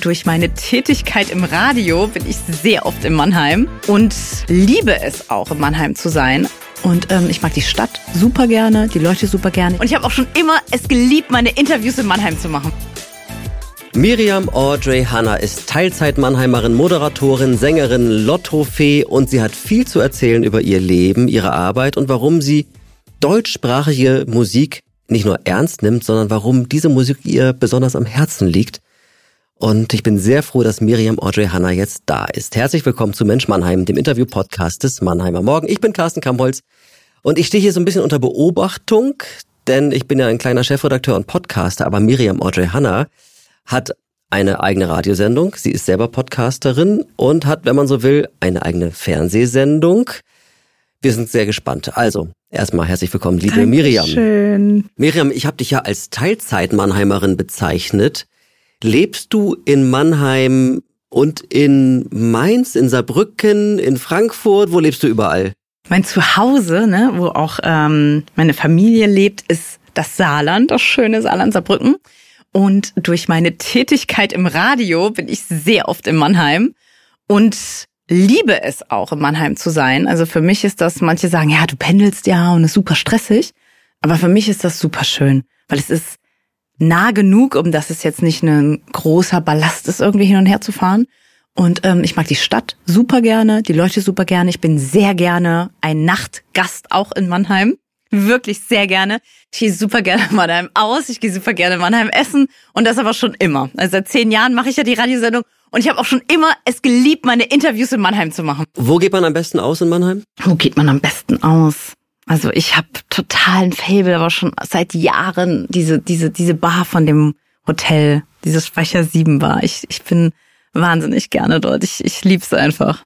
durch meine Tätigkeit im Radio bin ich sehr oft in Mannheim und liebe es auch, in Mannheim zu sein. Und ich mag die Stadt super gerne, die Leute super gerne. Und ich habe auch schon immer es geliebt, meine Interviews in Mannheim zu machen. Miriam Audrey Hanna ist Teilzeit-Mannheimerin, Moderatorin, Sängerin, Lottofee und sie hat viel zu erzählen über ihr Leben, ihre Arbeit und warum sie deutschsprachige Musik nicht nur ernst nimmt, sondern warum diese Musik ihr besonders am Herzen liegt. Und ich bin sehr froh, dass Miriam Audrey Hanna jetzt da ist. Herzlich willkommen zu Mensch Mannheim, dem Interview-Podcast des Mannheimer Morgen. Ich bin Carsten Kampholz und ich stehe hier so ein bisschen unter Beobachtung, denn ich bin ja ein kleiner Chefredakteur und Podcaster, aber Miriam Audrey Hanna hat eine eigene Radiosendung, sie ist selber Podcasterin und hat, wenn man so will, eine eigene Fernsehsendung. Wir sind sehr gespannt. Also, erstmal herzlich willkommen, liebe Miriam. Dankeschön. Miriam, ich habe dich ja als Teilzeit-Mannheimerin bezeichnet. Lebst du in Mannheim und in Mainz, in Saarbrücken, in Frankfurt? Wo lebst du überall? Mein Zuhause, wo auch meine Familie lebt, ist das Saarland, das schöne Saarland Saarbrücken. Und durch meine Tätigkeit im Radio bin ich sehr oft in Mannheim und liebe es auch, in Mannheim zu sein. Also für mich ist das, manche sagen, ja, du pendelst ja und ist super stressig. Aber für mich ist das super schön, weil es ist nah genug, um dass es jetzt nicht ein großer Ballast ist, irgendwie hin und her zu fahren. Und ich mag die Stadt super gerne, die Leute super gerne. Ich bin sehr gerne ein Nachtgast auch in Mannheim. Wirklich sehr gerne. Ich gehe super gerne in Mannheim aus, ich gehe super gerne in Mannheim essen und das aber schon immer. Also seit 10 Jahren mache ich ja die Radiosendung und ich habe auch schon immer es geliebt, meine Interviews in Mannheim zu machen. Wo geht man am besten aus in Mannheim? Wo geht man am besten aus? Also ich habe totalen Faible, aber schon seit Jahren diese Bar von dem Hotel, diese Speicher 7 Bar. Ich bin wahnsinnig gerne dort. Ich lieb's einfach.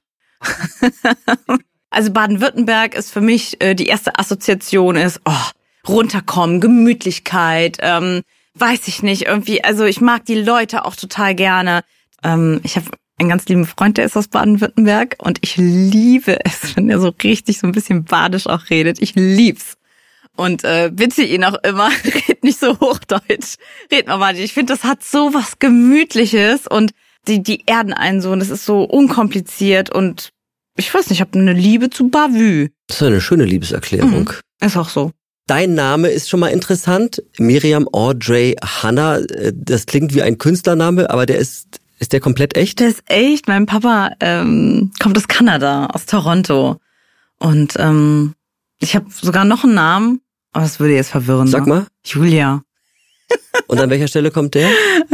Also Baden-Württemberg ist für mich, die erste Assoziation ist, runterkommen, Gemütlichkeit, weiß ich nicht, irgendwie, also ich mag die Leute auch total gerne. Ich habe einen ganz lieben Freund, der ist aus Baden-Württemberg und ich liebe es, wenn er so richtig so ein bisschen badisch auch redet. Ich lieb's. Und bitte ihn auch immer, red nicht so Hochdeutsch, red mal badisch. Ich finde, das hat so was Gemütliches und die erden einen so und das ist so unkompliziert und ich weiß nicht, ich habe eine Liebe zu Bavü. Das ist eine schöne Liebeserklärung. Ist auch so. Dein Name ist schon mal interessant. Miriam Audrey Hanna. Das klingt wie ein Künstlername, aber ist der komplett echt? Der ist echt. Mein Papa kommt aus Kanada, aus Toronto. Und ich habe sogar noch einen Namen, aber das würde jetzt verwirren. Sag mal. Julia. Und an welcher Stelle kommt der?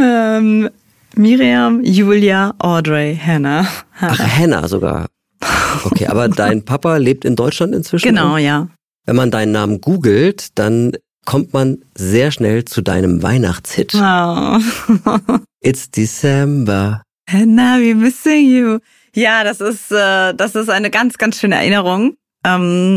Miriam Julia Audrey Hanna. Ach, Hanna sogar. Okay, aber dein Papa lebt in Deutschland inzwischen? Genau, ja. Wenn man deinen Namen googelt, dann kommt man sehr schnell zu deinem Weihnachtshit. Oh. It's December. Hannah, we missing you. Ja, das ist eine ganz, ganz schöne Erinnerung an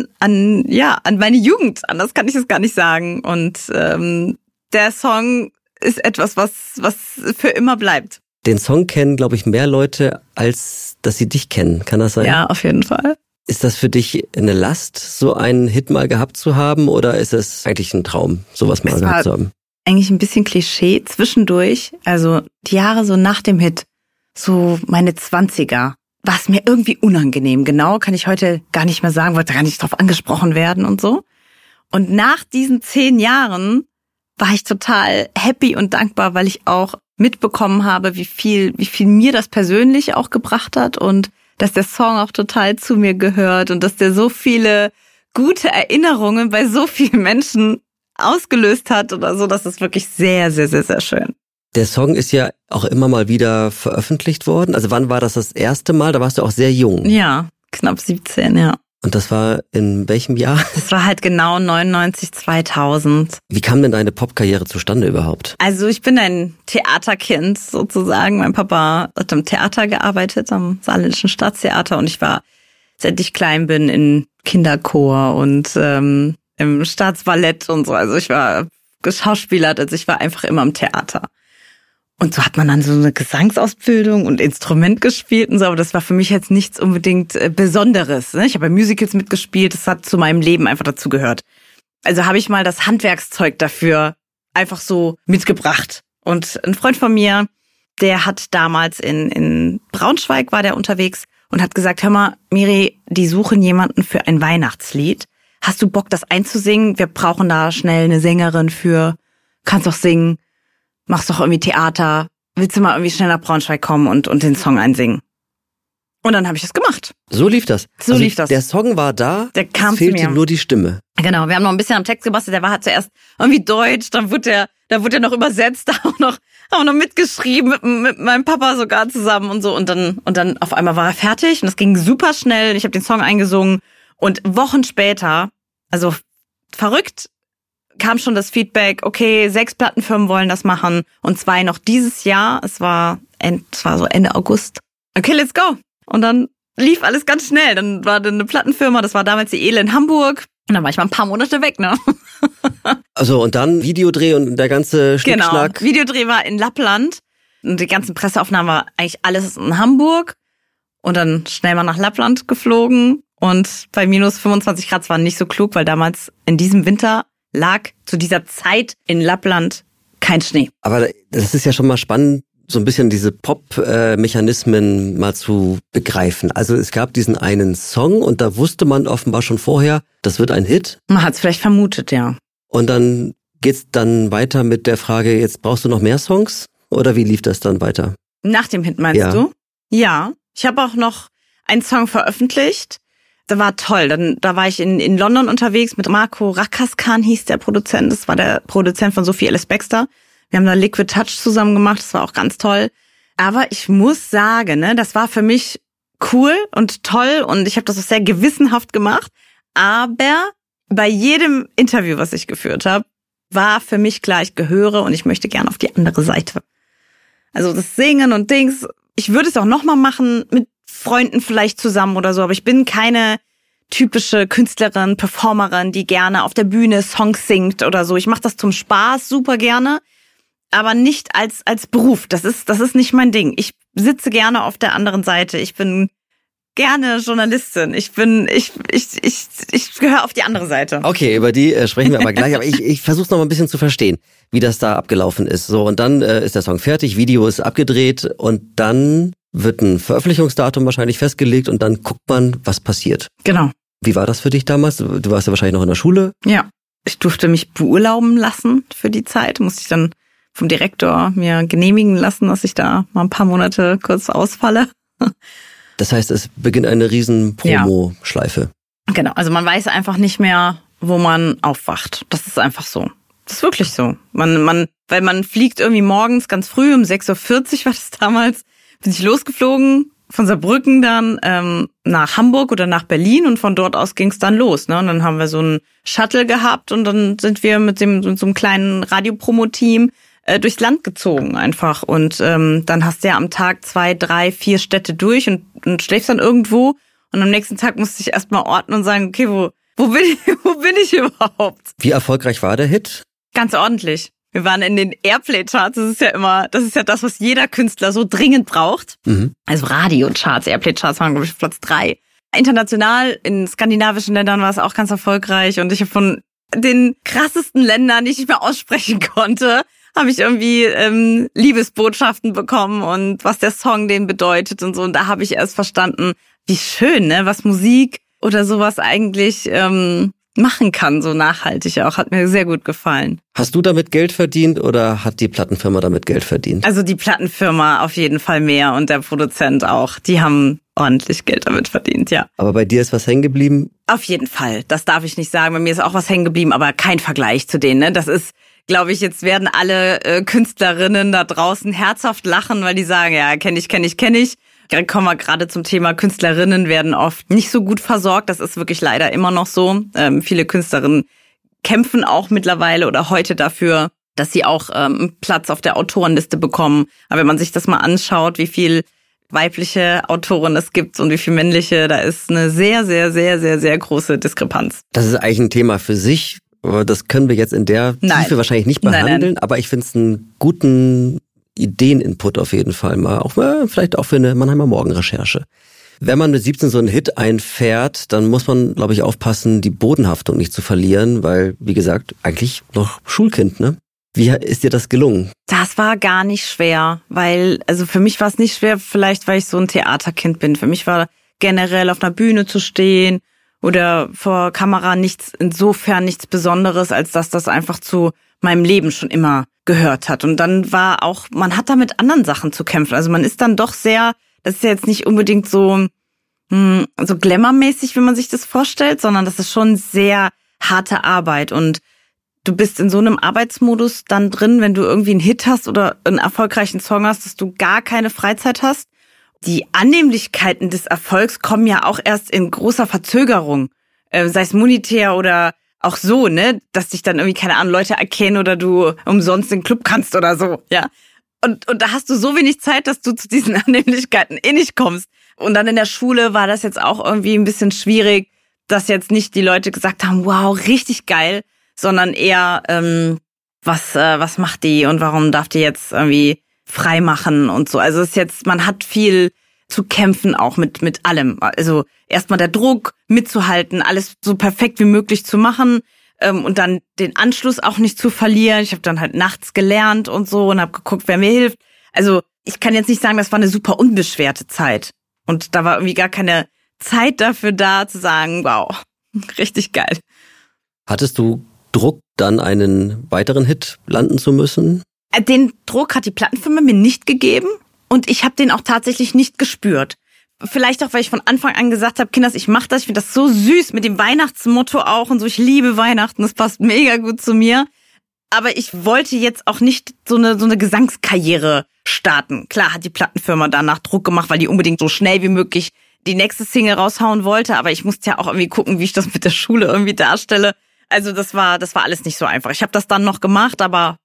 meine Jugend. Anders kann ich es gar nicht sagen. Und der Song ist etwas, was für immer bleibt. Den Song kennen, glaube ich, mehr Leute, als dass sie dich kennen. Kann das sein? Ja, auf jeden Fall. Ist das für dich eine Last, so einen Hit mal gehabt zu haben? Oder ist es eigentlich ein Traum, sowas mal gehabt zu haben? Eigentlich ein bisschen Klischee zwischendurch. Also die Jahre so nach dem Hit, so meine 20er, war es mir irgendwie unangenehm. Genau, kann ich heute gar nicht mehr sagen, wollte gar nicht drauf angesprochen werden und so. Und nach diesen 10 Jahren war ich total happy und dankbar, weil ich auch mitbekommen habe, wie viel mir das persönlich auch gebracht hat und dass der Song auch total zu mir gehört und dass der so viele gute Erinnerungen bei so vielen Menschen ausgelöst hat oder so. Das ist wirklich sehr, sehr, sehr, sehr schön. Der Song ist ja auch immer mal wieder veröffentlicht worden. Also wann war das erste Mal? Da warst du auch sehr jung. Ja, knapp 17, ja. Und das war in welchem Jahr? Das war halt genau 99, 2000. Wie kam denn deine Popkarriere zustande überhaupt? Also ich bin ein Theaterkind sozusagen. Mein Papa hat am Theater gearbeitet, am Saarländischen Staatstheater. Und ich war, seit ich klein bin, in Kinderchor und im Staatsballett und so. Also ich war geschauspielert, also ich war einfach immer im Theater. Und so hat man dann so eine Gesangsausbildung und Instrument gespielt und so, aber das war für mich jetzt nichts unbedingt Besonderes. Ich habe bei Musicals mitgespielt, das hat zu meinem Leben einfach dazu gehört. Also habe ich mal das Handwerkszeug dafür einfach so mitgebracht. Und ein Freund von mir, der hat damals in Braunschweig war der unterwegs und hat gesagt, hör mal, Miri, die suchen jemanden für ein Weihnachtslied. Hast du Bock, das einzusingen? Wir brauchen da schnell eine Sängerin für. Kannst doch singen. Machst doch irgendwie Theater. Willst du mal irgendwie schnell nach Braunschweig kommen und den Song einsingen? Und dann habe ich es gemacht. So lief das? Lief das. Der Song war da, der kam es fehlte zu mir. Nur die Stimme. Genau, wir haben noch ein bisschen am Text gebastelt. Der war halt zuerst irgendwie deutsch, dann wurde der noch übersetzt, da haben wir noch mitgeschrieben mit meinem Papa sogar zusammen und so. Und dann auf einmal war er fertig und das ging super schnell. Ich habe den Song eingesungen und Wochen später, also verrückt, kam schon das Feedback, okay, 6 Plattenfirmen wollen das machen und 2 noch dieses Jahr. Es war so Ende August. Okay, let's go. Und dann lief alles ganz schnell. Dann war eine Plattenfirma, das war damals die Edel in Hamburg. Und dann war ich mal ein paar Monate weg, ne? Also und dann Videodreh und der ganze Schnickschnack. Genau, Videodreh war in Lappland. Und die ganzen Presseaufnahmen war eigentlich alles in Hamburg. Und dann schnell mal nach Lappland geflogen. Und bei minus 25 Grad, das war nicht so klug, weil damals in diesem Winter lag zu dieser Zeit in Lappland kein Schnee. Aber das ist ja schon mal spannend, so ein bisschen diese Pop-Mechanismen mal zu begreifen. Also es gab diesen einen Song und da wusste man offenbar schon vorher, das wird ein Hit. Man hat es vielleicht vermutet, ja. Und dann geht's dann weiter mit der Frage, jetzt brauchst du noch mehr Songs? Oder wie lief das dann weiter? Nach dem Hit meinst du? Ja. Ich habe auch noch einen Song veröffentlicht. Der war toll. Da war ich in London unterwegs mit Marco Rakaskan, hieß der Produzent. Das war der Produzent von Sophie Ellis Bextor. Wir haben da Liquid Touch zusammen gemacht, das war auch ganz toll. Aber ich muss sagen, ne, das war für mich cool und toll und ich habe das auch sehr gewissenhaft gemacht. Aber bei jedem Interview, was ich geführt habe, war für mich klar, ich gehöre und ich möchte gerne auf die andere Seite. Also das Singen und Dings, ich würde es auch nochmal machen, mit Freunden vielleicht zusammen oder so, aber ich bin keine typische Künstlerin, Performerin, die gerne auf der Bühne Songs singt oder so. Ich mache das zum Spaß super gerne. Aber nicht als Beruf. Das ist nicht mein Ding. Ich sitze gerne auf der anderen Seite. Ich bin gerne Journalistin. Ich gehöre auf die andere Seite. Okay, über die sprechen wir aber gleich. Aber ich versuche es noch mal ein bisschen zu verstehen, wie das da abgelaufen ist. So, und dann ist der Song fertig, Video ist abgedreht und dann wird ein Veröffentlichungsdatum wahrscheinlich festgelegt und dann guckt man, was passiert. Genau. Wie war das für dich damals? Du warst ja wahrscheinlich noch in der Schule. Ja, ich durfte mich beurlauben lassen für die Zeit. Musste ich dann vom Direktor mir genehmigen lassen, dass ich da mal ein paar Monate kurz ausfalle. Das heißt, es beginnt eine riesen Promo-Schleife. Ja. Genau, also man weiß einfach nicht mehr, wo man aufwacht. Das ist einfach so. Das ist wirklich so. Weil man fliegt irgendwie morgens ganz früh, um 6:40 Uhr war das damals, bin ich losgeflogen, von Saarbrücken dann nach Hamburg oder nach Berlin und von dort aus ging es dann los. Ne? Und dann haben wir so einen Shuttle gehabt und dann sind wir mit so einem kleinen Radiopromo-Team durchs Land gezogen einfach. Und dann hast du ja am Tag 2, 3, 4 Städte durch und schläfst dann irgendwo. Und am nächsten Tag musste ich erstmal ordnen und sagen, okay, wo bin ich überhaupt? Wie erfolgreich war der Hit? Ganz ordentlich. Wir waren in den Airplay-Charts. Das ist ja das, was jeder Künstler so dringend braucht. Mhm. Also Radio-Charts, Airplay-Charts waren, glaube ich, Platz 3. International, in skandinavischen Ländern war es auch ganz erfolgreich. Und ich habe von den krassesten Ländern, die ich nicht mehr aussprechen konnte, habe ich irgendwie Liebesbotschaften bekommen und was der Song denen bedeutet und so. Und da habe ich erst verstanden, wie schön, ne, was Musik oder sowas eigentlich machen kann, so nachhaltig auch. Hat mir sehr gut gefallen. Hast du damit Geld verdient oder hat die Plattenfirma damit Geld verdient? Also die Plattenfirma auf jeden Fall mehr und der Produzent auch. Die haben ordentlich Geld damit verdient, ja. Aber bei dir ist was hängen geblieben? Auf jeden Fall. Das darf ich nicht sagen. Bei mir ist auch was hängen geblieben, aber kein Vergleich zu denen. Ne? Das ist, glaube ich, jetzt werden alle Künstlerinnen da draußen herzhaft lachen, weil die sagen, ja, kenn ich. Kommen wir gerade zum Thema, Künstlerinnen werden oft nicht so gut versorgt. Das ist wirklich leider immer noch so. Viele Künstlerinnen kämpfen auch mittlerweile oder heute dafür, dass sie auch einen Platz auf der Autorenliste bekommen. Aber wenn man sich das mal anschaut, wie viel weibliche Autoren es gibt und wie viel männliche, da ist eine sehr, sehr, sehr, sehr, sehr große Diskrepanz. Das ist eigentlich ein Thema für sich. Aber das können wir jetzt in der Tiefe wahrscheinlich nicht behandeln. Nein. Aber ich finde es einen guten Ideeninput auf jeden Fall mal. Auch vielleicht auch für eine Mannheimer Morgen-Recherche. Wenn man mit 17 so einen Hit einfährt, dann muss man, glaube ich, aufpassen, die Bodenhaftung nicht zu verlieren, weil, wie gesagt, eigentlich noch Schulkind, ne? Wie ist dir das gelungen? Das war gar nicht schwer, also für mich war es nicht schwer, vielleicht weil ich so ein Theaterkind bin. Für mich war generell auf einer Bühne zu stehen oder vor Kamera insofern nichts Besonderes, als dass das einfach zu meinem Leben schon immer gehört hat. Und dann war auch, man hat da mit anderen Sachen zu kämpfen. Also man ist dann doch das ist ja jetzt nicht unbedingt so glamourmäßig, wenn man sich das vorstellt, sondern das ist schon sehr harte Arbeit und du bist in so einem Arbeitsmodus dann drin, wenn du irgendwie einen Hit hast oder einen erfolgreichen Song hast, dass du gar keine Freizeit hast. Die Annehmlichkeiten des Erfolgs kommen ja auch erst in großer Verzögerung, sei es monetär oder auch so, ne, dass dich dann irgendwie, keine Ahnung, Leute erkennen oder du umsonst in den Club kannst oder so, ja. Und da hast du so wenig Zeit, dass du zu diesen Annehmlichkeiten nicht kommst. Und dann in der Schule war das jetzt auch irgendwie ein bisschen schwierig, dass jetzt nicht die Leute gesagt haben, wow, richtig geil, sondern eher, was macht die und warum darf die jetzt irgendwie frei machen und so. Also es ist jetzt, man hat viel zu kämpfen auch mit allem. Also erstmal der Druck, mitzuhalten, alles so perfekt wie möglich zu machen und dann den Anschluss auch nicht zu verlieren. Ich habe dann halt nachts gelernt und so und habe geguckt, wer mir hilft. Also ich kann jetzt nicht sagen, das war eine super unbeschwerte Zeit. Und da war irgendwie gar keine Zeit dafür da, zu sagen, wow, richtig geil. Hattest du Druck, dann einen weiteren Hit landen zu müssen? Den Druck hat die Plattenfirma mir nicht gegeben und ich habe den auch tatsächlich nicht gespürt. Vielleicht auch, weil ich von Anfang an gesagt habe, Kinders, ich mache das, ich finde das so süß mit dem Weihnachtsmotto auch und so, ich liebe Weihnachten, das passt mega gut zu mir. Aber ich wollte jetzt auch nicht so eine Gesangskarriere starten. Klar hat die Plattenfirma danach Druck gemacht, weil die unbedingt so schnell wie möglich die nächste Single raushauen wollte, aber ich musste ja auch irgendwie gucken, wie ich das mit der Schule irgendwie darstelle. Also das war alles nicht so einfach. Ich habe das dann noch gemacht, aber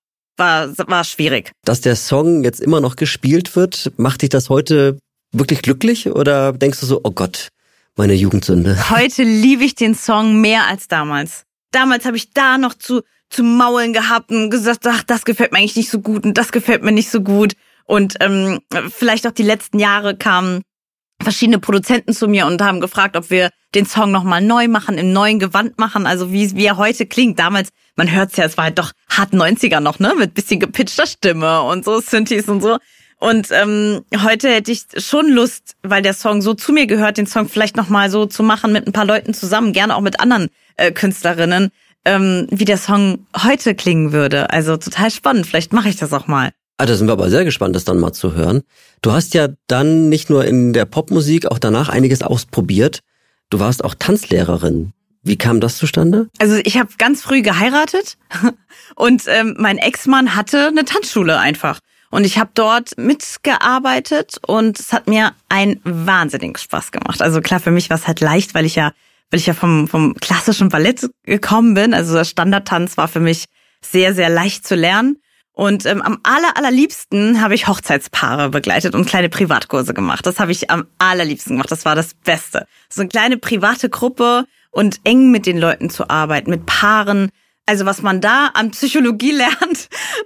war schwierig. Dass der Song jetzt immer noch gespielt wird, macht dich das heute wirklich glücklich oder denkst du so, oh Gott, meine Jugendsünde? Heute liebe ich den Song mehr als damals. Damals habe ich da noch zu maulen gehabt und gesagt, ach, das gefällt mir eigentlich nicht so gut und das gefällt mir nicht so gut. Und vielleicht auch die letzten Jahre kamen verschiedene Produzenten zu mir und haben gefragt, ob wir den Song nochmal neu machen, im neuen Gewand machen, also wie er heute klingt. Damals, man hört's ja, es war halt doch hart 90er noch, ne, mit bisschen gepitchter Stimme und so, Synthes und so. Und heute hätte ich schon Lust, weil der Song so zu mir gehört, den Song vielleicht nochmal so zu machen mit ein paar Leuten zusammen, gerne auch mit anderen Künstlerinnen, wie der Song heute klingen würde. Also total spannend, vielleicht mache ich das auch mal. Ah, da sind wir aber sehr gespannt, das dann mal zu hören. Du hast ja dann nicht nur in der Popmusik, auch danach einiges ausprobiert. Du warst auch Tanzlehrerin. Wie kam das zustande? Also ich habe ganz früh geheiratet und mein Ex-Mann hatte eine Tanzschule einfach. Und ich habe dort mitgearbeitet und es hat mir einen wahnsinnigen Spaß gemacht. Also klar, für mich war es halt leicht, weil ich ja vom klassischen Ballett gekommen bin. Also der Standardtanz war für mich sehr, sehr leicht zu lernen. Und am allerliebsten habe ich Hochzeitspaare begleitet und kleine Privatkurse gemacht. Das habe ich am allerliebsten gemacht. Das war das Beste. So eine kleine private Gruppe und eng mit den Leuten zu arbeiten, mit Paaren. Also was man da an Psychologie lernt,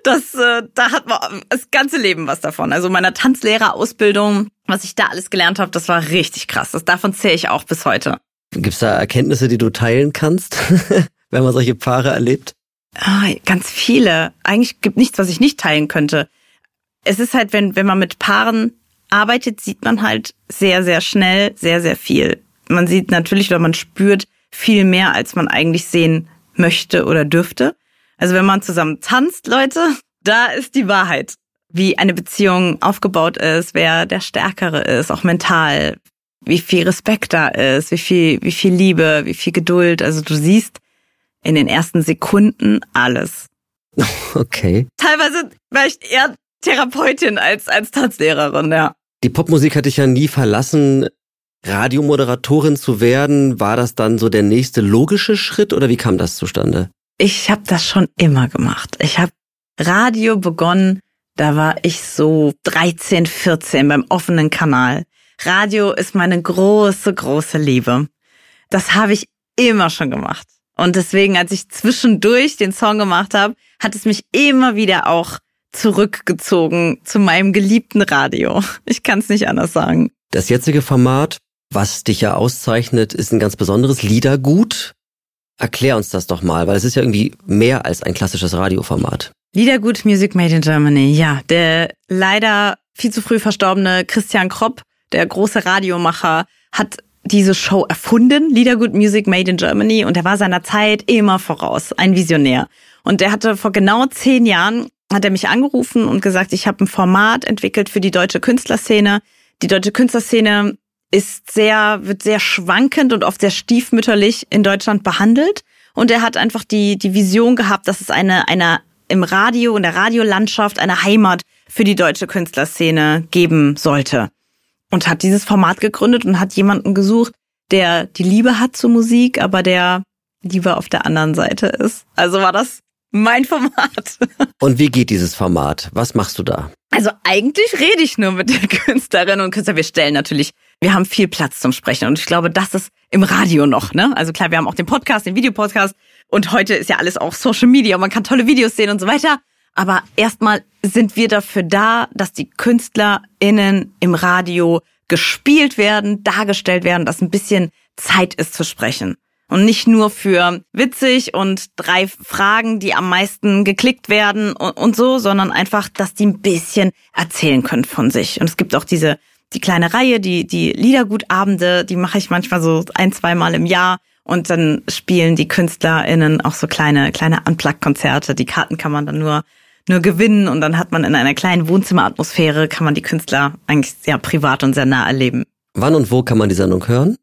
da hat man das ganze Leben was davon. Also meiner Tanzlehrerausbildung, was ich da alles gelernt habe, das war richtig krass. Davon zähle ich auch bis heute. Gibt's da Erkenntnisse, die du teilen kannst, wenn man solche Paare erlebt? Ganz viele. Eigentlich gibt nichts, was ich nicht teilen könnte. Es ist halt, wenn man mit Paaren arbeitet, sieht man halt sehr, sehr schnell sehr, sehr viel. Man sieht natürlich oder man spürt viel mehr, als man eigentlich sehen möchte oder dürfte. Also wenn man zusammen tanzt, Leute, da ist die Wahrheit. Wie eine Beziehung aufgebaut ist, wer der Stärkere ist, auch mental. Wie viel Respekt da ist, wie viel Liebe, wie viel Geduld. Also du siehst in den ersten Sekunden alles. Okay. Teilweise war ich eher Therapeutin als Tanzlehrerin, ja. Die Popmusik hat dich ja nie verlassen. Radiomoderatorin zu werden, war das dann so der nächste logische Schritt oder wie kam das zustande? Ich habe das schon immer gemacht. Ich habe Radio begonnen, da war ich so 13, 14 beim offenen Kanal. Radio ist meine große, große Liebe. Das habe ich immer schon gemacht. Und deswegen, als ich zwischendurch den Song gemacht habe, hat es mich immer wieder auch zurückgezogen zu meinem geliebten Radio. Ich kann es nicht anders sagen. Das jetzige Format, was dich ja auszeichnet, ist ein ganz besonderes Liedergut. Erklär uns das doch mal, weil es ist ja irgendwie mehr als ein klassisches Radioformat. Liedergut Music Made in Germany, ja. Der leider viel zu früh verstorbene Christian Kropp, der große Radiomacher, hat diese Show erfunden, Liedergut Music Made in Germany, und er war seiner Zeit immer voraus, ein Visionär. Und der hatte vor genau 10 Jahren, hat er mich angerufen und gesagt, ich habe ein Format entwickelt für die deutsche Künstlerszene. Die deutsche Künstlerszene wird sehr schwankend und oft sehr stiefmütterlich in Deutschland behandelt. Und er hat einfach die Vision gehabt, dass es im Radio, in der Radiolandschaft eine Heimat für die deutsche Künstlerszene geben sollte. Und hat dieses Format gegründet und hat jemanden gesucht, der die Liebe hat zur Musik, aber der lieber auf der anderen Seite ist. Also war das mein Format. Und wie geht dieses Format? Was machst du da? Also eigentlich rede ich nur mit den Künstlerinnen und Künstlern. Wir haben viel Platz zum Sprechen. Und ich glaube, das ist im Radio noch, ne? Also klar, wir haben auch den Podcast, den Videopodcast. Und heute ist ja alles auch Social Media. Man kann tolle Videos sehen und so weiter. Aber erstmal sind wir dafür da, dass die KünstlerInnen im Radio gespielt werden, dargestellt werden, dass ein bisschen Zeit ist zu sprechen. Und nicht nur für witzig und 3 Fragen, die am meisten geklickt werden und so, sondern einfach, dass die ein bisschen erzählen können von sich. Und es gibt auch die kleine Reihe, die Liedergutabende, die mache ich manchmal so 1-2 Mal im Jahr. Und dann spielen die KünstlerInnen auch so kleine Unplugged-Konzerte. Die Karten kann man dann nur gewinnen, und dann hat man in einer kleinen Wohnzimmeratmosphäre, kann man die Künstler eigentlich sehr privat und sehr nah erleben. Wann und wo kann man die Sendung hören?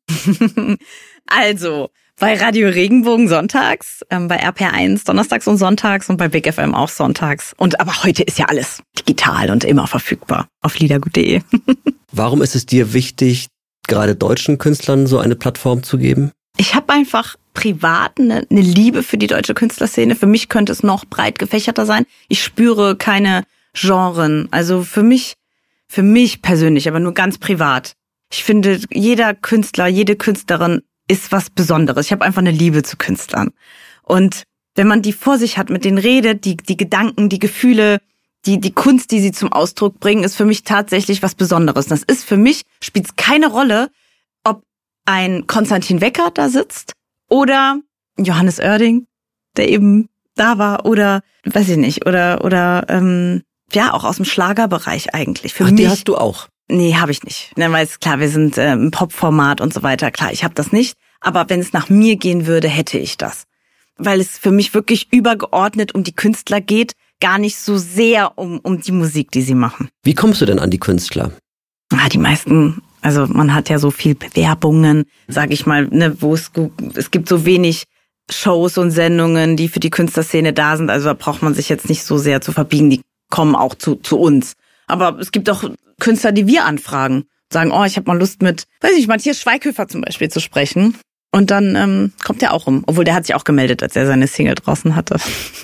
Also, bei Radio Regenbogen sonntags, bei RPR1 donnerstags und sonntags und bei Big FM auch sonntags. Aber heute ist ja alles digital und immer verfügbar auf liedergut.de. Warum ist es dir wichtig, gerade deutschen Künstlern so eine Plattform zu geben? Ich habe einfach privat eine Liebe für die deutsche Künstlerszene. Für mich könnte es noch breit gefächerter sein. Ich spüre keine Genren. Also für mich persönlich, aber nur ganz privat. Ich finde, jeder Künstler, jede Künstlerin ist was Besonderes. Ich habe einfach eine Liebe zu Künstlern. Und wenn man die vor sich hat, mit denen redet, die Gedanken, die Gefühle, die Kunst, die sie zum Ausdruck bringen, ist für mich tatsächlich was Besonderes. Das ist für mich, spielt es keine Rolle, ob ein Konstantin Wecker da sitzt oder Johannes Oerding, der eben da war, oder weiß ich nicht, oder auch aus dem Schlagerbereich eigentlich. Für mich, die hast du auch? Nee, habe ich nicht. Weil es klar, wir sind im Pop-Format und so weiter. Klar, ich habe das nicht. Aber wenn es nach mir gehen würde, hätte ich das. Weil es für mich wirklich übergeordnet um die Künstler geht, gar nicht so sehr um die Musik, die sie machen. Wie kommst du denn an die Künstler? Die meisten, also man hat ja so viel Bewerbungen, sag ich mal, ne, wo es gibt so wenig Shows und Sendungen, die für die Künstlerszene da sind. Also da braucht man sich jetzt nicht so sehr zu verbiegen. Die kommen auch zu uns. Aber es gibt auch Künstler, die wir anfragen, sagen, ich habe mal Lust mit, Matthias Schweighöfer zum Beispiel zu sprechen. Und dann kommt der auch rum. Obwohl, der hat sich auch gemeldet, als er seine Single draußen hatte.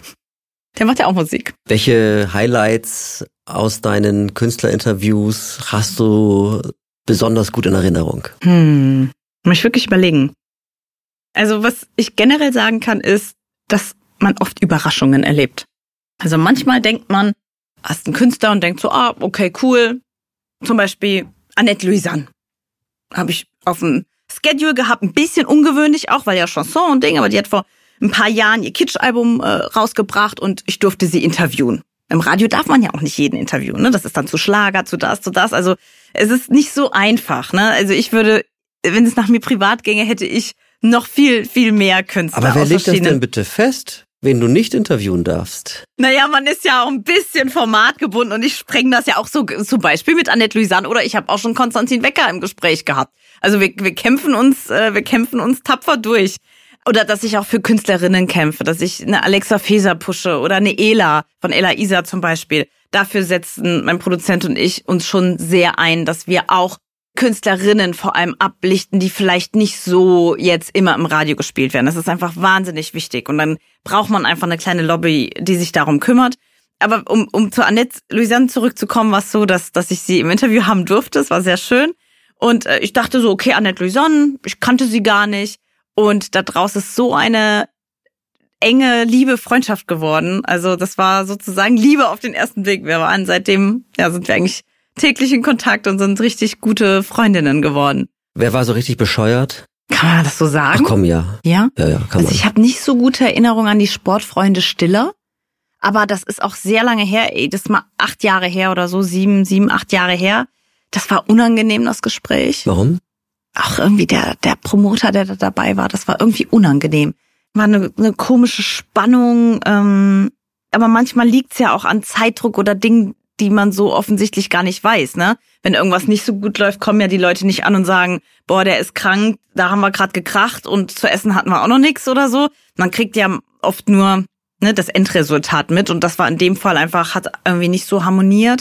Der macht ja auch Musik. Welche Highlights aus deinen Künstlerinterviews hast du besonders gut in Erinnerung? Muss ich wirklich überlegen. Also was ich generell sagen kann, ist, dass man oft Überraschungen erlebt. Also manchmal denkt man, hast einen Künstler und denkt so, okay, cool. Zum Beispiel Annette Louisanne. Habe ich auf dem Schedule gehabt, ein bisschen ungewöhnlich auch, weil ja Chanson und Ding, aber die hat vor ein paar Jahren ihr Kitsch-Album rausgebracht und ich durfte sie interviewen. Im Radio darf man ja auch nicht jeden interviewen, ne? Das ist dann zu Schlager, zu das. Also es ist nicht so einfach, ne? Also ich würde, wenn es nach mir privat ginge, hätte ich noch viel, viel mehr Künstler. Aber wer legt das denn bitte fest, wen du nicht interviewen darfst? Naja, man ist ja auch ein bisschen formatgebunden und ich spreng das ja auch so zum Beispiel mit Annette Louisanne oder ich habe auch schon Konstantin Wecker im Gespräch gehabt. Also wir kämpfen uns tapfer durch. Oder dass ich auch für Künstlerinnen kämpfe, dass ich eine Alexa Feser pushe oder eine Ela von Ela Isa zum Beispiel. Dafür setzen mein Produzent und ich uns schon sehr ein, dass wir auch Künstlerinnen vor allem ablichten, die vielleicht nicht so jetzt immer im Radio gespielt werden. Das ist einfach wahnsinnig wichtig. Und dann braucht man einfach eine kleine Lobby, die sich darum kümmert. Aber um zu Annette Louisanne zurückzukommen, war es so, dass ich sie im Interview haben durfte. Es war sehr schön. Und ich dachte so, okay, Annette Louisanne, ich kannte sie gar nicht. Und da draus ist so eine enge, liebe Freundschaft geworden. Also das war sozusagen Liebe auf den ersten Blick. Wir waren seitdem, sind wir eigentlich täglich in Kontakt und sind richtig gute Freundinnen geworden. Wer war so richtig bescheuert? Kann man das so sagen? Ach komm, ja. Ja? Ja, kann man. Also ich habe nicht so gute Erinnerungen an die Sportfreunde Stiller. Aber das ist auch sehr lange her, das ist mal 8 Jahre her oder so, 8 Jahre her. Das war unangenehm, das Gespräch. Warum? Auch irgendwie der Promoter, der da dabei war, das war irgendwie unangenehm. War eine komische Spannung, aber manchmal liegt's ja auch an Zeitdruck oder Dingen, die man so offensichtlich gar nicht weiß, ne? Wenn irgendwas nicht so gut läuft, kommen ja die Leute nicht an und sagen, boah, der ist krank, da haben wir gerade gekracht und zu essen hatten wir auch noch nichts oder so. Man kriegt ja oft nur das Endresultat mit und das war in dem Fall einfach, hat irgendwie nicht so harmoniert.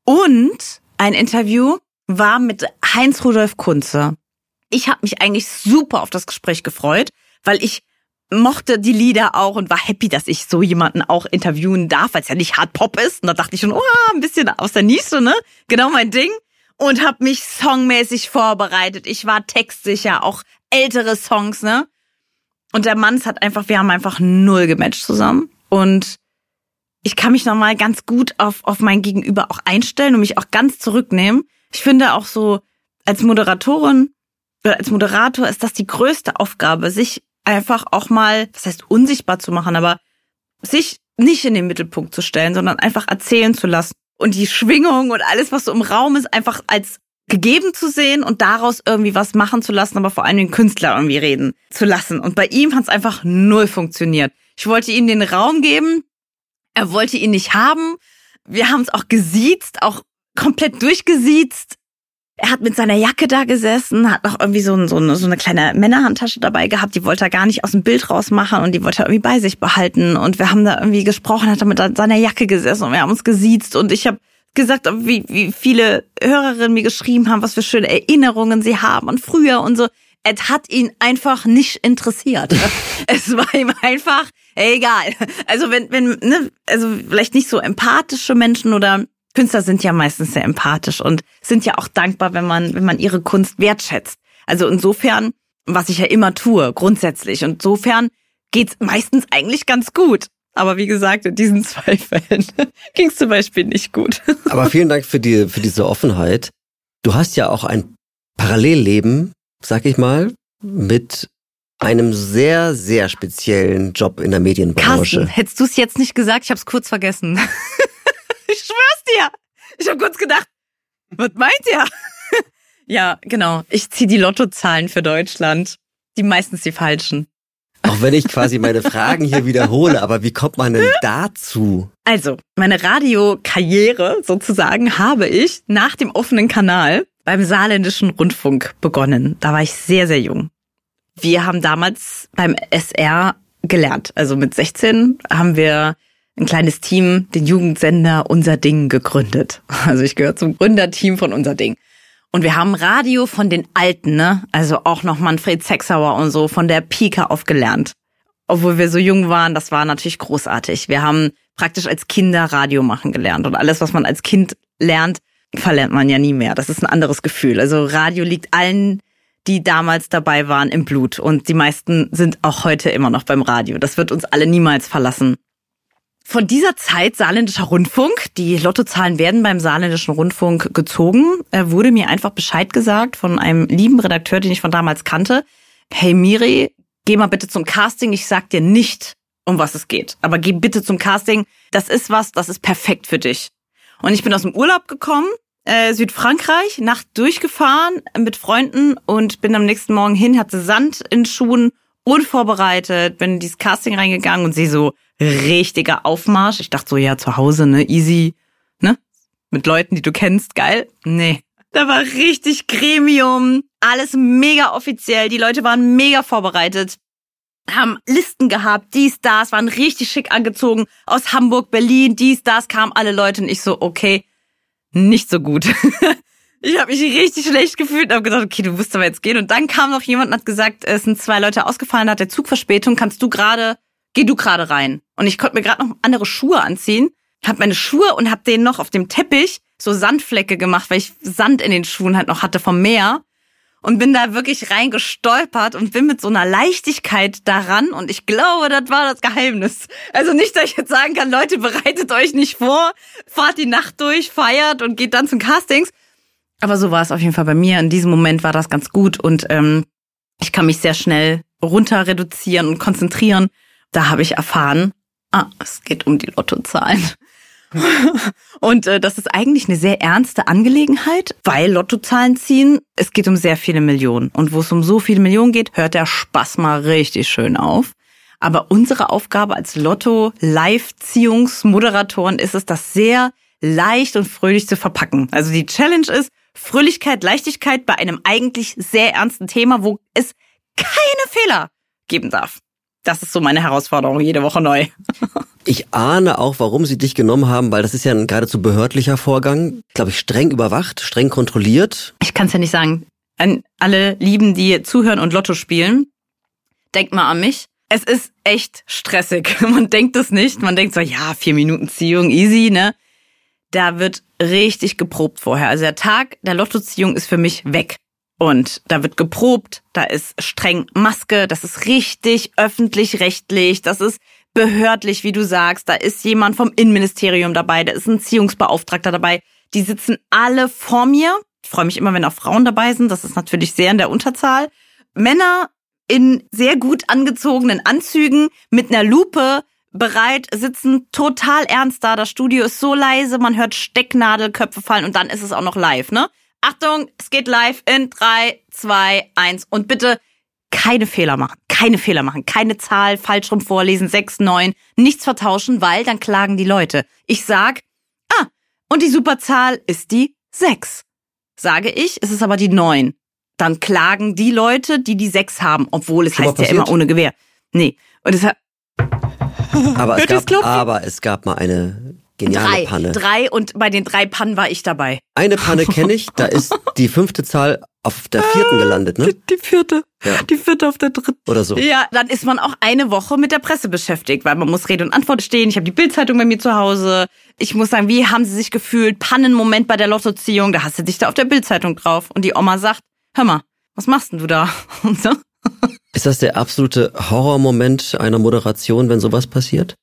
Und ein Interview war mit Heinz Rudolf Kunze. Ich habe mich eigentlich super auf das Gespräch gefreut, weil ich mochte die Lieder auch und war happy, dass ich so jemanden auch interviewen darf, weil es ja nicht Hard Pop ist. Und da dachte ich schon, ein bisschen aus der Nische, ne? Genau mein Ding. Und habe mich songmäßig vorbereitet. Ich war textsicher, auch ältere Songs, ne? Und der Mann wir haben einfach null gematcht zusammen. Und ich kann mich nochmal ganz gut auf mein Gegenüber auch einstellen und mich auch ganz zurücknehmen. Ich finde auch so, als Moderatorin oder als Moderator ist das die größte Aufgabe, sich einfach auch mal, das heißt unsichtbar zu machen, aber sich nicht in den Mittelpunkt zu stellen, sondern einfach erzählen zu lassen. Und die Schwingung und alles, was so im Raum ist, einfach als gegeben zu sehen und daraus irgendwie was machen zu lassen, aber vor allem den Künstler irgendwie reden zu lassen. Und bei ihm hat es einfach null funktioniert. Ich wollte ihm den Raum geben, er wollte ihn nicht haben. Wir haben es auch gesiezt, auch komplett durchgesiezt. Er hat mit seiner Jacke da gesessen, hat noch irgendwie so eine kleine Männerhandtasche dabei gehabt, die wollte er gar nicht aus dem Bild rausmachen und die wollte er irgendwie bei sich behalten. Und wir haben da irgendwie gesprochen, hat er mit seiner Jacke gesessen und wir haben uns gesiezt und ich habe gesagt, wie viele Hörerinnen mir geschrieben haben, was für schöne Erinnerungen sie haben und früher und so. Es hat ihn einfach nicht interessiert. Es war ihm einfach egal. Also also vielleicht nicht so empathische Menschen oder Künstler sind ja meistens sehr empathisch und sind ja auch dankbar, wenn man ihre Kunst wertschätzt. Also insofern, was ich ja immer tue, grundsätzlich. Und insofern geht's meistens eigentlich ganz gut. Aber wie gesagt, in diesen 2 Fällen ging's zum Beispiel nicht gut. Aber vielen Dank für diese Offenheit. Du hast ja auch ein Parallelleben, sag ich mal, mit einem sehr, sehr speziellen Job in der Medienbranche. Carsten, hättest du es jetzt nicht gesagt? Ich habe es kurz vergessen. Ich schwör's dir. Ich habe kurz gedacht, was meint ihr? Ja, genau. Ich ziehe die Lottozahlen für Deutschland. Meistens die falschen. Auch wenn ich quasi meine Fragen hier wiederhole, aber wie kommt man denn dazu? Also, meine Radiokarriere sozusagen habe ich nach dem offenen Kanal beim Saarländischen Rundfunk begonnen. Da war ich sehr, sehr jung. Wir haben damals beim SR gelernt. Also mit 16 haben wir ein kleines Team, den Jugendsender Unser Ding gegründet. Also ich gehöre zum Gründerteam von Unser Ding. Und wir haben Radio von den Alten, ne? Also auch noch Manfred Sechsauer und so, von der Pike auf gelernt. Obwohl wir so jung waren, das war natürlich großartig. Wir haben praktisch als Kinder Radio machen gelernt. Und alles, was man als Kind lernt, verlernt man ja nie mehr. Das ist ein anderes Gefühl. Also Radio liegt allen, die damals dabei waren, im Blut. Und die meisten sind auch heute immer noch beim Radio. Das wird uns alle niemals verlassen. Von dieser Zeit Saarländischer Rundfunk, die Lottozahlen werden beim Saarländischen Rundfunk gezogen, wurde mir einfach Bescheid gesagt von einem lieben Redakteur, den ich von damals kannte. Hey Miri, geh mal bitte zum Casting, ich sag dir nicht, um was es geht. Aber geh bitte zum Casting, das ist perfekt für dich. Und ich bin aus dem Urlaub gekommen, Südfrankreich, Nacht durchgefahren mit Freunden und bin am nächsten Morgen hin, hatte Sand in Schuhen, unvorbereitet, bin in dieses Casting reingegangen und sehe so richtiger Aufmarsch. Ich dachte so, ja, zu Hause, ne, easy, ne, mit Leuten, die du kennst, geil. Nee, da war richtig Gremium, alles mega offiziell, die Leute waren mega vorbereitet, haben Listen gehabt, dies, das, waren richtig schick angezogen, aus Hamburg, Berlin, dies, das, kamen alle Leute und ich so, okay, nicht so gut. Ich habe mich richtig schlecht gefühlt und habe gedacht, okay, du musst aber jetzt gehen. Und dann kam noch jemand und hat gesagt, es sind 2 Leute ausgefallen, da hat der Zug Verspätung, geh du gerade rein. Und ich konnte mir gerade noch andere Schuhe anziehen, habe meine Schuhe und habe denen noch auf dem Teppich so Sandflecke gemacht, weil ich Sand in den Schuhen halt noch hatte vom Meer. Und bin da wirklich reingestolpert und bin mit so einer Leichtigkeit daran. Und ich glaube, das war das Geheimnis. Also nicht, dass ich jetzt sagen kann, Leute, bereitet euch nicht vor, fahrt die Nacht durch, feiert und geht dann zum Castings. Aber so war es auf jeden Fall bei mir. In diesem Moment war das ganz gut und ich kann mich sehr schnell runter reduzieren und konzentrieren. Da habe ich erfahren, es geht um die Lottozahlen. Und das ist eigentlich eine sehr ernste Angelegenheit, weil Lottozahlen ziehen, es geht um sehr viele Millionen. Und wo es um so viele Millionen geht, hört der Spaß mal richtig schön auf. Aber unsere Aufgabe als Lotto-Live-Ziehungsmoderatoren ist es, das sehr leicht und fröhlich zu verpacken. Also die Challenge ist Fröhlichkeit, Leichtigkeit bei einem eigentlich sehr ernsten Thema, wo es keine Fehler geben darf. Das ist so meine Herausforderung, jede Woche neu. Ich ahne auch, warum sie dich genommen haben, weil das ist ja ein geradezu behördlicher Vorgang, glaube ich, streng überwacht, streng kontrolliert. Ich kann es ja nicht sagen. An alle Lieben, die zuhören und Lotto spielen, denkt mal an mich. Es ist echt stressig. Man denkt es nicht. Man denkt so, ja, 4 Minuten Ziehung, easy, ne? Da wird richtig geprobt vorher. Also der Tag der Lottoziehung ist für mich weg. Und da wird geprobt, da ist streng Maske, das ist richtig öffentlich-rechtlich, das ist behördlich, wie du sagst. Da ist jemand vom Innenministerium dabei, da ist ein Ziehungsbeauftragter dabei. Die sitzen alle vor mir. Ich freue mich immer, wenn auch Frauen dabei sind. Das ist natürlich sehr in der Unterzahl. Männer in sehr gut angezogenen Anzügen mit einer Lupe bereit, sitzen total ernst da. Das Studio ist so leise, man hört Stecknadelköpfe fallen und dann ist es auch noch live, ne? Achtung, es geht live in 3, 2, 1 und bitte keine Fehler machen, keine Zahl falsch rum vorlesen, 6, 9, nichts vertauschen, weil dann klagen die Leute. Ich sag, und die Superzahl ist die 6. Sage ich, es ist aber die 9. Dann klagen die Leute, die die 6 haben, obwohl es heißt ja immer ohne Gewehr. Nee, und deshalb aber es gab mal eine geniale Panne. 3 und bei den 3 Pannen war ich dabei. Eine Panne kenne ich, da ist die 5. Zahl auf der 4. gelandet, ne? Die 4. Ja. Die 4. auf der 3. Oder so. Ja, dann ist man auch eine Woche mit der Presse beschäftigt, weil man muss Rede und Antwort stehen. Ich habe die Bild-Zeitung bei mir zu Hause. Ich muss sagen, wie haben sie sich gefühlt? Pannenmoment bei der Lottoziehung, da hast du dich da auf der Bild-Zeitung drauf. Und die Oma sagt, hör mal, was machst denn du da? Und so. Ist das der absolute Horrormoment einer Moderation, wenn sowas passiert?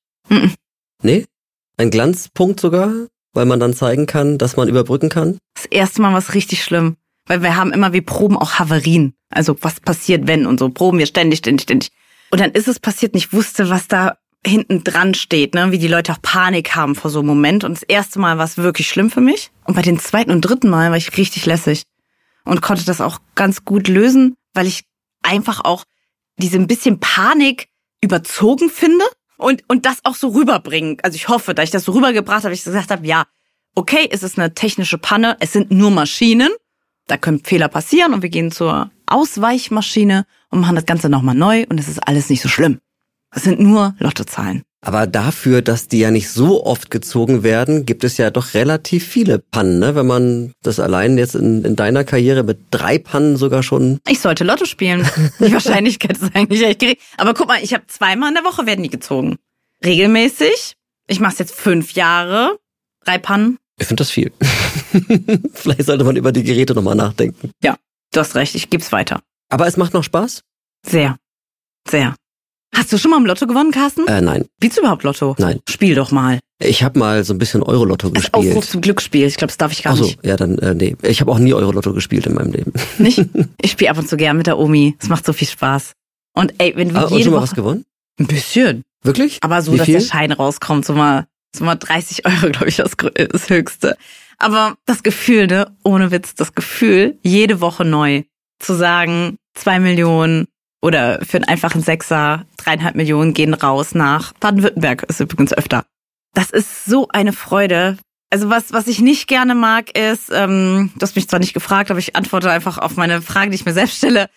Nee? Ein Glanzpunkt sogar? Weil man dann zeigen kann, dass man überbrücken kann? Das erste Mal war es richtig schlimm. Weil wir proben auch Havarien. Also was passiert, wenn und so. Proben wir ständig. Und dann ist es passiert und ich wusste, was da hinten dran steht, ne? Wie die Leute auch Panik haben vor so einem Moment. Und das erste Mal war es wirklich schlimm für mich. Und bei den 2. und 3. Mal war ich richtig lässig. Und konnte das auch ganz gut lösen, weil ich einfach auch diese ein bisschen Panik überzogen finde und das auch so rüberbringen. Also ich hoffe, dass ich das so rübergebracht habe, ich gesagt habe, ja, okay, es ist eine technische Panne, es sind nur Maschinen, da können Fehler passieren und wir gehen zur Ausweichmaschine und machen das Ganze nochmal neu und es ist alles nicht so schlimm. Es sind nur Lottozahlen. Aber dafür, dass die ja nicht so oft gezogen werden, gibt es ja doch relativ viele Pannen, ne? Wenn man das allein jetzt in deiner Karriere mit 3 Pannen sogar schon... Ich sollte Lotto spielen. Die Wahrscheinlichkeit ist eigentlich echt gering. Aber guck mal, ich habe 2-mal in der Woche werden die gezogen. Regelmäßig. Ich mache es jetzt 5 Jahre. 3 Pannen. Ich finde das viel. Vielleicht sollte man über die Geräte nochmal nachdenken. Ja, du hast recht, ich geb's weiter. Aber es macht noch Spaß? Sehr. Sehr. Hast du schon mal im Lotto gewonnen, Carsten? Nein. Spielst du überhaupt Lotto? Nein. Spiel doch mal. Ich habe mal so ein bisschen Eurolotto gespielt. Aufruf zum Glücksspiel. Ich glaube, das darf ich gar nicht. Ach so, ja, dann nee. Ich habe auch nie Eurolotto gespielt in meinem Leben. Nicht? Ich spiele ab und zu gern mit der Omi. Es macht so viel Spaß. Und ey, wenn wir und schon mal was gewonnen? Ein bisschen. Wirklich? Aber so, dass der Schein rauskommt, so mal 30 €, glaube ich, das Höchste. Aber das Gefühl, ne, ohne Witz, das Gefühl, jede Woche neu zu sagen, 2 Millionen oder für einen einfachen Sechser 3,5 Millionen gehen raus nach Baden-Württemberg, ist übrigens öfter. Das ist so eine Freude. Also was ich nicht gerne mag ist, du hast mich zwar nicht gefragt, aber ich antworte einfach auf meine Frage, die ich mir selbst stelle.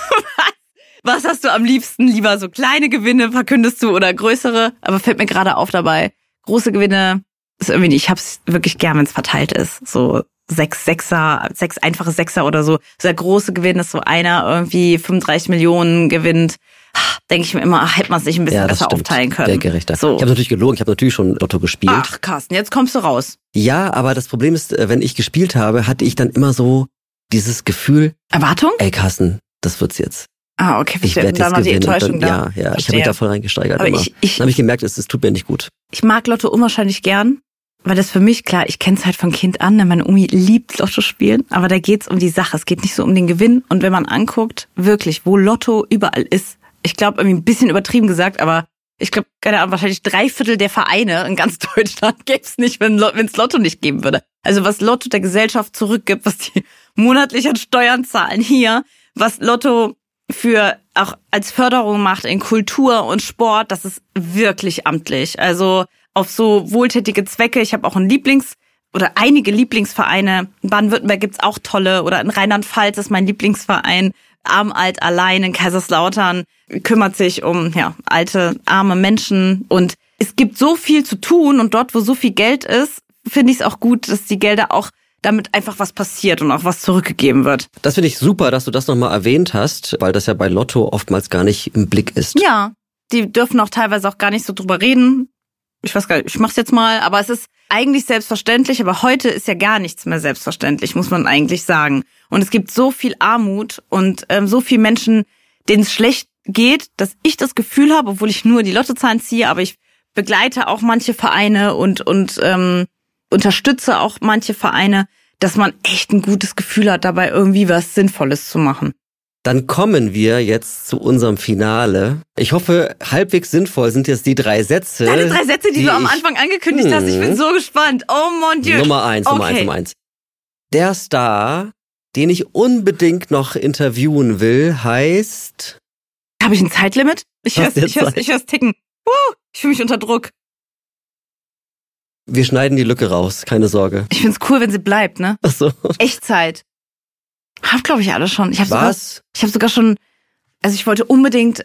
Was hast du am liebsten? Lieber so kleine Gewinne verkündest du oder größere? Aber fällt mir gerade auf dabei, große Gewinne ist irgendwie nicht. Ich hab's wirklich gern, wenn es verteilt ist. So 6 einfache Sechser oder so. So der große Gewinn ist so einer irgendwie 35 Millionen gewinnt. Denke ich mir immer, hätte man es nicht ein bisschen besser aufteilen können. Wäre gerechter. So. Ich habe natürlich gelogen, ich habe natürlich schon Lotto gespielt. Ach Carsten, jetzt kommst du raus. Ja, aber das Problem ist, wenn ich gespielt habe, hatte ich dann immer so dieses Gefühl. Erwartung? Ey Carsten, das wird's jetzt. Ah, okay, ich werde jetzt mal die Enttäuschung dann, Ja, ich habe mich da voll reingesteigert. Aber immer. Dann habe ich gemerkt, es tut mir nicht gut. Ich mag Lotto unwahrscheinlich gern, weil das für mich, klar, ich kenne es halt von Kind an, meine Omi liebt Lotto spielen, aber da geht's um die Sache, es geht nicht so um den Gewinn. Und wenn man anguckt, wirklich, wo Lotto überall ist, ich glaube, irgendwie ein bisschen übertrieben gesagt, aber Ich glaube, keine Ahnung, wahrscheinlich 3/4 der Vereine in ganz Deutschland gäbe es nicht, wenn es Lotto nicht geben würde. Also was Lotto der Gesellschaft zurückgibt, was die monatlich an Steuern zahlen hier, was Lotto für auch als Förderung macht in Kultur und Sport, das ist wirklich amtlich. Also auf so wohltätige Zwecke. Ich habe auch einige Lieblingsvereine. In Baden-Württemberg gibt's auch tolle, oder in Rheinland-Pfalz ist mein Lieblingsverein. Arm, alt, allein in Kaiserslautern kümmert sich um alte, arme Menschen. Und es gibt so viel zu tun, und dort, wo so viel Geld ist, finde ich es auch gut, dass die Gelder auch damit einfach was passiert und auch was zurückgegeben wird. Das finde ich super, dass du das nochmal erwähnt hast, weil das ja bei Lotto oftmals gar nicht im Blick ist. Ja, die dürfen auch teilweise auch gar nicht so drüber reden. Ich weiß gar nicht, ich mach's jetzt mal, aber es ist eigentlich selbstverständlich, aber heute ist ja gar nichts mehr selbstverständlich, muss man eigentlich sagen. Und es gibt so viel Armut und so viele Menschen, denen es schlecht geht, dass ich das Gefühl habe, obwohl ich nur die Lottozahlen ziehe, aber ich begleite auch manche Vereine und unterstütze auch manche Vereine, dass man echt ein gutes Gefühl hat, dabei irgendwie was Sinnvolles zu machen. Dann kommen wir jetzt zu unserem Finale. Ich hoffe, halbwegs sinnvoll sind jetzt die 3 Sätze. Deine 3 Sätze, die du am Anfang angekündigt hast. Ich bin so gespannt. Oh mon Dieu. Nummer 1. Der Star, den ich unbedingt noch interviewen will, heißt... Habe ich ein Zeitlimit? Ich hör's ticken. Ich fühle mich unter Druck. Wir schneiden die Lücke raus, keine Sorge. Ich find's cool, wenn sie bleibt, ne? Ach so. Echtzeit. Hab, glaube ich, alle schon. Ich habe sogar schon, also ich wollte unbedingt,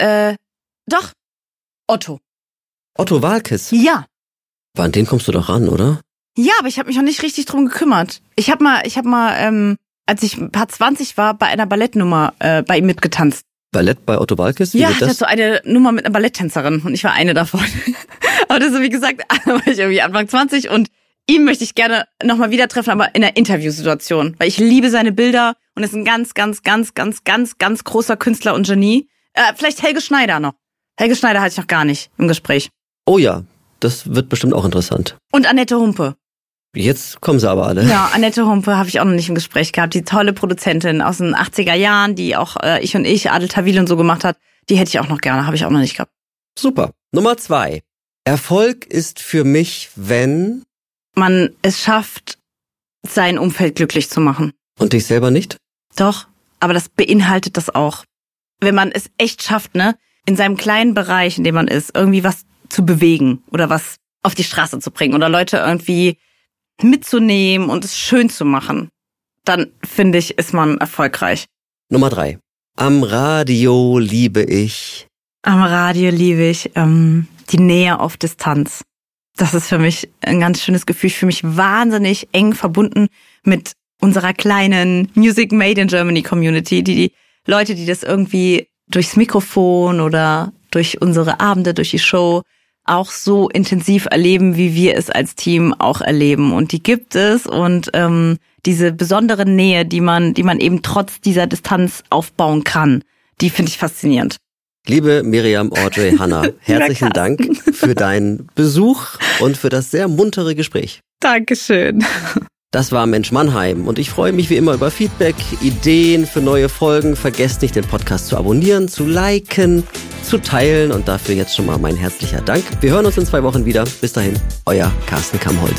Otto. Otto Waalkes? Ja. An den kommst du doch ran, oder? Ja, aber ich habe mich noch nicht richtig drum gekümmert. Ich hab mal, als ich ein paar 20 war, bei einer Ballettnummer bei ihm mitgetanzt. Ballett bei Otto Waalkes? Ja, das hat so eine Nummer mit einer Balletttänzerin und ich war eine davon. Aber das ist, wie gesagt, war ich irgendwie Anfang 20 und ihn möchte ich gerne nochmal wieder treffen, aber in einer Interviewsituation, weil ich liebe seine Bilder und ist ein ganz, ganz, ganz, ganz, ganz, ganz großer Künstler und Genie. Vielleicht Helge Schneider noch. Helge Schneider hatte ich noch gar nicht im Gespräch. Oh ja, das wird bestimmt auch interessant. Und Annette Humpe. Jetzt kommen sie aber alle. Ja, Annette Humpe habe ich auch noch nicht im Gespräch gehabt. Die tolle Produzentin aus den 80er Jahren, die auch Ich und ich, Adel Tawil und so gemacht hat. Die hätte ich auch noch gerne, habe ich auch noch nicht gehabt. Super. Nummer 2. Erfolg ist für mich, wenn... man es schafft, sein Umfeld glücklich zu machen. Und dich selber nicht? Doch, aber das beinhaltet das auch. Wenn man es echt schafft, ne, in seinem kleinen Bereich, in dem man ist, irgendwie was zu bewegen oder was auf die Straße zu bringen oder Leute irgendwie mitzunehmen und es schön zu machen, dann finde ich, ist man erfolgreich. Nummer 3. Am Radio liebe ich... Am Radio liebe ich die Nähe auf Distanz. Das ist für mich ein ganz schönes Gefühl. Ich fühle mich wahnsinnig eng verbunden mit unserer kleinen Music Made in Germany Community, die Leute, die das irgendwie durchs Mikrofon oder durch unsere Abende, durch die Show auch so intensiv erleben, wie wir es als Team auch erleben. Und die gibt es und diese besondere Nähe, die man eben trotz dieser Distanz aufbauen kann, die finde ich faszinierend. Liebe Miriam Audrey Hanna, herzlichen Dank für deinen Besuch und für das sehr muntere Gespräch. Dankeschön. Das war Mensch Mannheim und ich freue mich wie immer über Feedback, Ideen für neue Folgen. Vergesst nicht, den Podcast zu abonnieren, zu liken, zu teilen und dafür jetzt schon mal mein herzlicher Dank. Wir hören uns in 2 Wochen wieder. Bis dahin, euer Carsten Kammholz.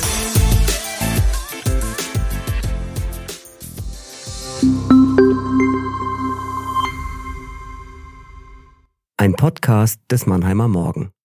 Ein Podcast des Mannheimer Morgen.